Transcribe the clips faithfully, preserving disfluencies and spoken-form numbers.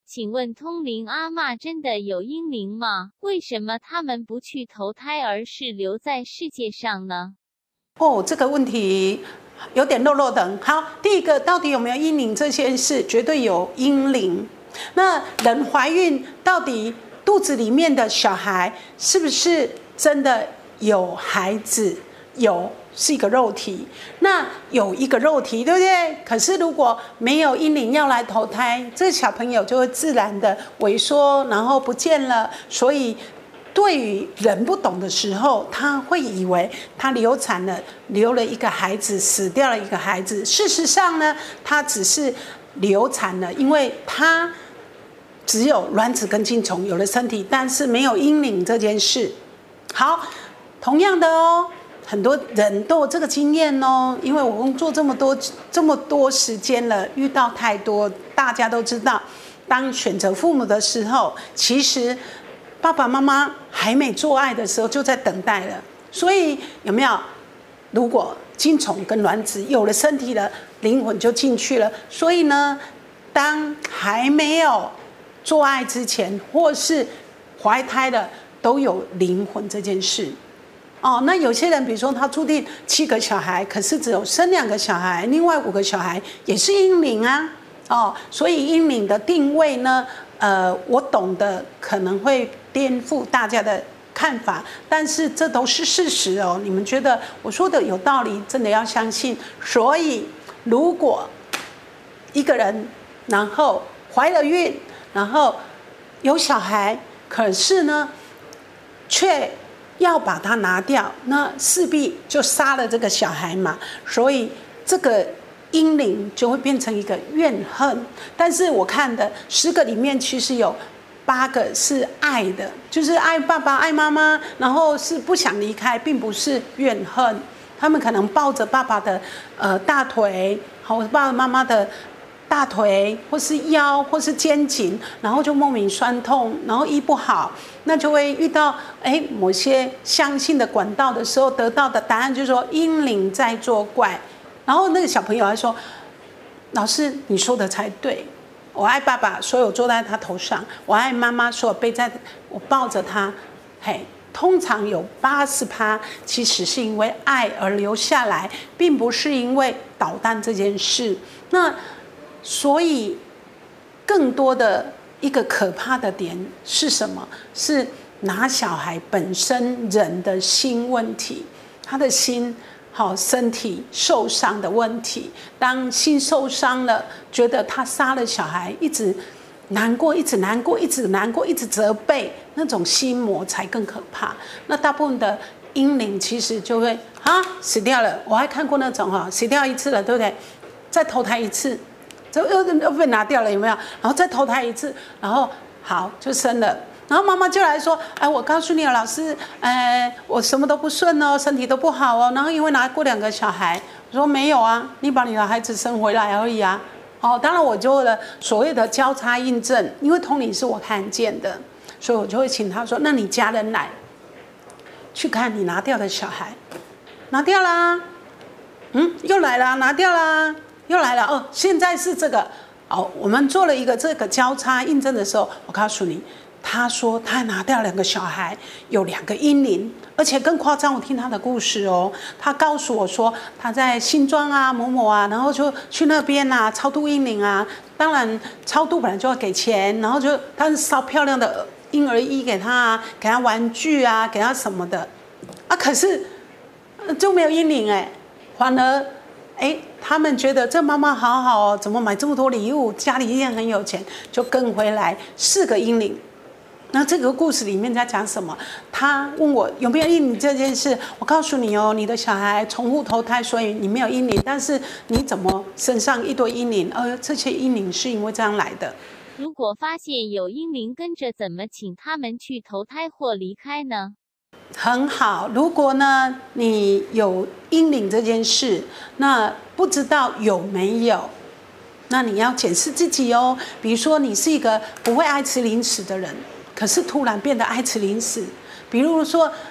请问通灵阿嬷真的有阴灵吗？为什么他们不去投胎，而是留在世界上呢？ 哦，这个问题有点漏漏的。好，第一个，到底有没有阴灵这件事，绝对有阴灵。那人怀孕，到底肚子里面的小孩是不是真的有孩子？有，是一个肉体。那有一个肉体，对不对？可是如果没有阴灵要来投胎，这个小朋友就会自然的萎缩，然后不见了。所以对于人不懂的时候，他会以为他流产了，留了一个孩子，死掉了一个孩子。事实上呢，他只是流产了，因为他只有卵子跟精虫有了身体，但是没有阴灵这件事。好，同样的哦，很多人都有这个经验哦，因为我工作这么多这么多时间了，遇到太多。大家都知道，当选择父母的时候，其实爸爸妈妈还没做爱的时候就在等待了。所以有没有？如果精虫跟卵子有了身体了，灵魂就进去了。所以呢，当还没有做爱之前，或是怀胎的，都有灵魂这件事。哦，那有些人，比如说他注定七个小孩，可是只有生两个小孩，另外五个小孩也是阴灵啊。哦，所以阴灵的定位呢，呃，我懂得可能会颠覆大家的看法，但是这都是事实哦。你们觉得我说的有道理，真的要相信。所以，如果一个人然后怀了孕，然后有小孩，可是呢，却要把它拿掉，那势必就杀了这个小孩嘛，所以这个阴灵就会变成一个怨恨。但是我看的十个里面，其实有八个是爱的，就是爱爸爸爱妈妈，然后是不想离开，并不是怨恨。他们可能抱着爸爸的呃大腿，或者爸爸妈妈的大腿，或是腰，或是肩颈，然后就莫名酸痛，然后医不好，那就会遇到哎某些相信的管道的时候，得到的答案就是说阴灵在作怪。然后那个小朋友还说：“老师，你说的才对，我爱爸爸，所以我坐在他头上；我爱妈妈，所以我背在，我抱着他。”嘿，通常有八十趴其实是因为爱而留下来，并不是因为捣蛋这件事。那所以，更多的一个可怕的点是什么？是拿小孩本身人的心问题，他的心好，身体受伤的问题。当心受伤了，觉得他杀了小孩，一直难过，一直难过，一直难过，一直责备，那种心魔才更可怕。那大部分的阴灵其实就会啊死掉了。我还看过那种哈，死掉一次了，对不对？再投胎一次。就又又被拿掉了，有没有？然后再投胎一次，然后好就生了。然后妈妈就来说：“哎，我告诉你，老师，哎，我什么都不顺哦，身体都不好哦。然后因为拿过两个小孩，我说没有啊，你把你的孩子生回来而已啊。哦，当然我就了所谓的交叉印证，因为通灵是我看见的，所以我就会请他说：那你家人来去看你拿掉的小孩，拿掉啦，嗯，又来啦，拿掉啦。”又来了哦，现在是这个哦。我们做了一个这个交叉印证的时候，我告诉你，他说他拿掉两个小孩，有两个阴灵，而且更夸张。我听他的故事哦，他告诉我说他在新庄啊某某啊，然后就去那边啊超度阴灵啊。当然超度本来就要给钱，然后就他是烧漂亮的婴儿衣给他啊，给他玩具啊，给他什么的啊，可是就没有阴灵哎，反而。哎，他们觉得这妈妈好好哦，怎么买这么多礼物？家里一定很有钱，就跟回来四个阴灵。那这个故事里面在讲什么？他问我有没有阴灵这件事，我告诉你哦，你的小孩重复投胎，所以你没有阴灵，但是你怎么身上一堆阴灵？呃，这些阴灵是因为这样来的。 如果发现有阴灵跟着，怎么请他们去投胎或离开呢？ 很好，如果呢你有阴灵这件事，那不知道有没有，那你要检视自己哦。比如说你是一个不会爱吃零食的人，可是突然变得爱吃零食，比如说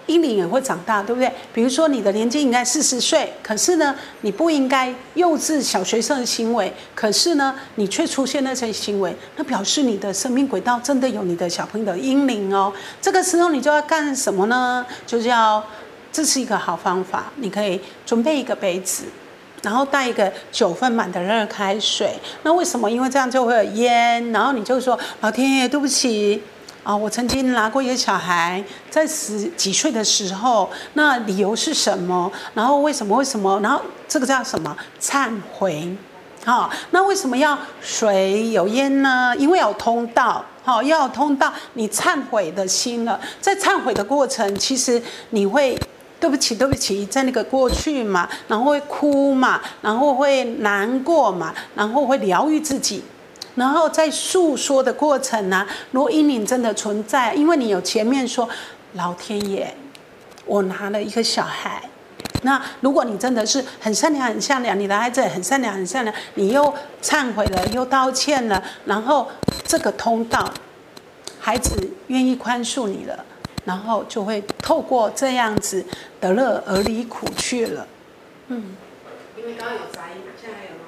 阴灵也会长大，对不对？比如说你的年纪应该四十岁，可是呢，你不应该幼稚小学生的行为，可是呢，你却出现那些行为，那表示你的生命轨道真的有你的小朋友的阴灵哦。这个时候你就要干什么呢？就是要，这是一个好方法，你可以准备一个杯子，然后带一个九分满的热开水。那为什么？因为这样就会有烟，然后你就说老天爷，对不起。啊、哦，我曾经拿过一个小孩，在十几岁的时候，那理由是什么？然后为什么？为什么？然后这个叫什么？忏悔。好、哦，那为什么要水有烟呢？因为有通道。好、哦，要有通道，你忏悔的心了。在忏悔的过程，其实你会对不起，对不起，在那个过去嘛，然后会哭嘛，然后会难过嘛，然后会疗愈自己。然后在诉说的过程呢、啊，如果阴灵真的存在，因为你有前面说，老天爷，我拿了一个小孩，那如果你真的是很善良很善良，你的孩子很善良很善良，你又忏悔了又道歉了，然后这个通道，孩子愿意宽恕你了，然后就会透过这样子得乐而离苦去了。嗯， 因为刚刚有杂音，现在还有吗？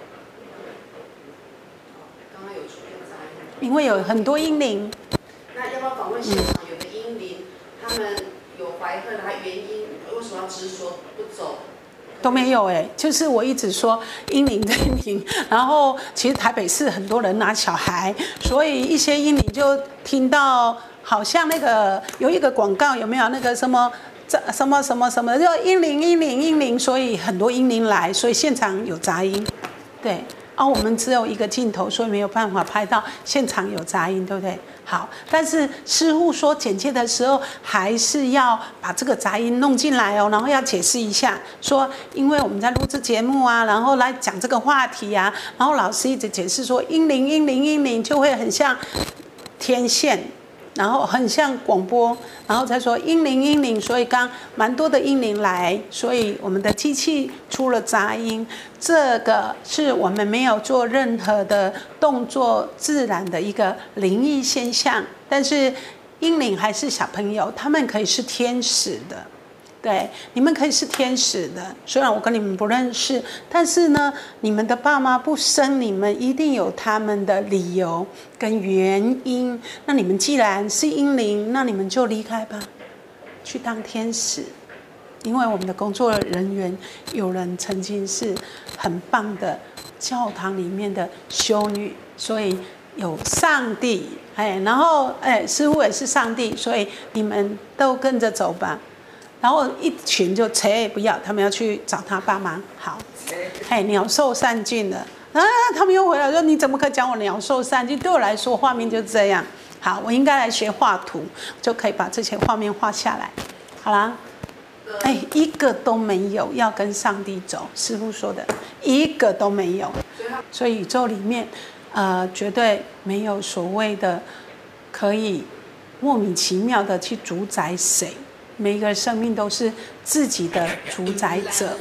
因为有很多阴灵。 那要不要访问现场有的阴灵，他们有怀恨，他原因为什么要执着不走？ 都没有哎、欸，就是我一直说阴灵的灵，然后其实台北市很多人拿小孩，所以一些阴灵就听到好像那个有一个广告有没有那个什么什么什么什么，就阴灵阴灵阴灵，所以很多阴灵来，所以现场有杂音，对。啊，我们只有一个镜头，所以没有办法拍到现场有杂音，对不对？好，但是师父说简介的时候，还是要把这个杂音弄进来哦，然后要解释一下，说因为我们在录制节目啊，然后来讲这个话题啊，然后老师一直解释说阴灵阴灵阴灵就会很像天线。然后很像广播，然后再说阴灵阴灵，所以刚蛮多的阴灵来，所以我们的机器出了杂音，这个是我们没有做任何的动作，自然的一个灵异现象。但是阴灵还是小朋友，他们可以是天使的。对，你们可以是天使的，虽然我跟你们不认识，但是呢，你们的爸妈不生你们，一定有他们的理由跟原因。那你们既然是阴灵，那你们就离开吧，去当天使。因为我们的工作人员有人曾经是很棒的教堂里面的修女，所以有上帝，哎，然后哎，师父也是上帝，所以你们都跟着走吧。然后一群就切不要，他们要去找他爸妈。好，哎，鸟兽散尽了啊！他们又回来说：“你怎么可以讲我鸟兽散尽？”对我来说，画面就这样。好，我应该来学画图，就可以把这些画面画下来。好啦，哎，一个都没有要跟上帝走，师父说的，一个都没有。所以宇宙里面，呃，绝对没有所谓的可以莫名其妙的去主宰谁。每一个生命都是自己的主宰者。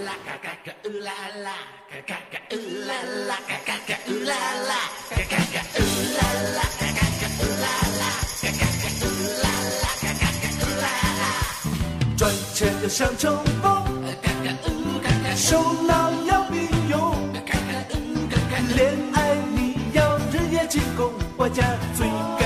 赚钱要像成功，手脑要并用，恋爱你要日夜进攻，我家最。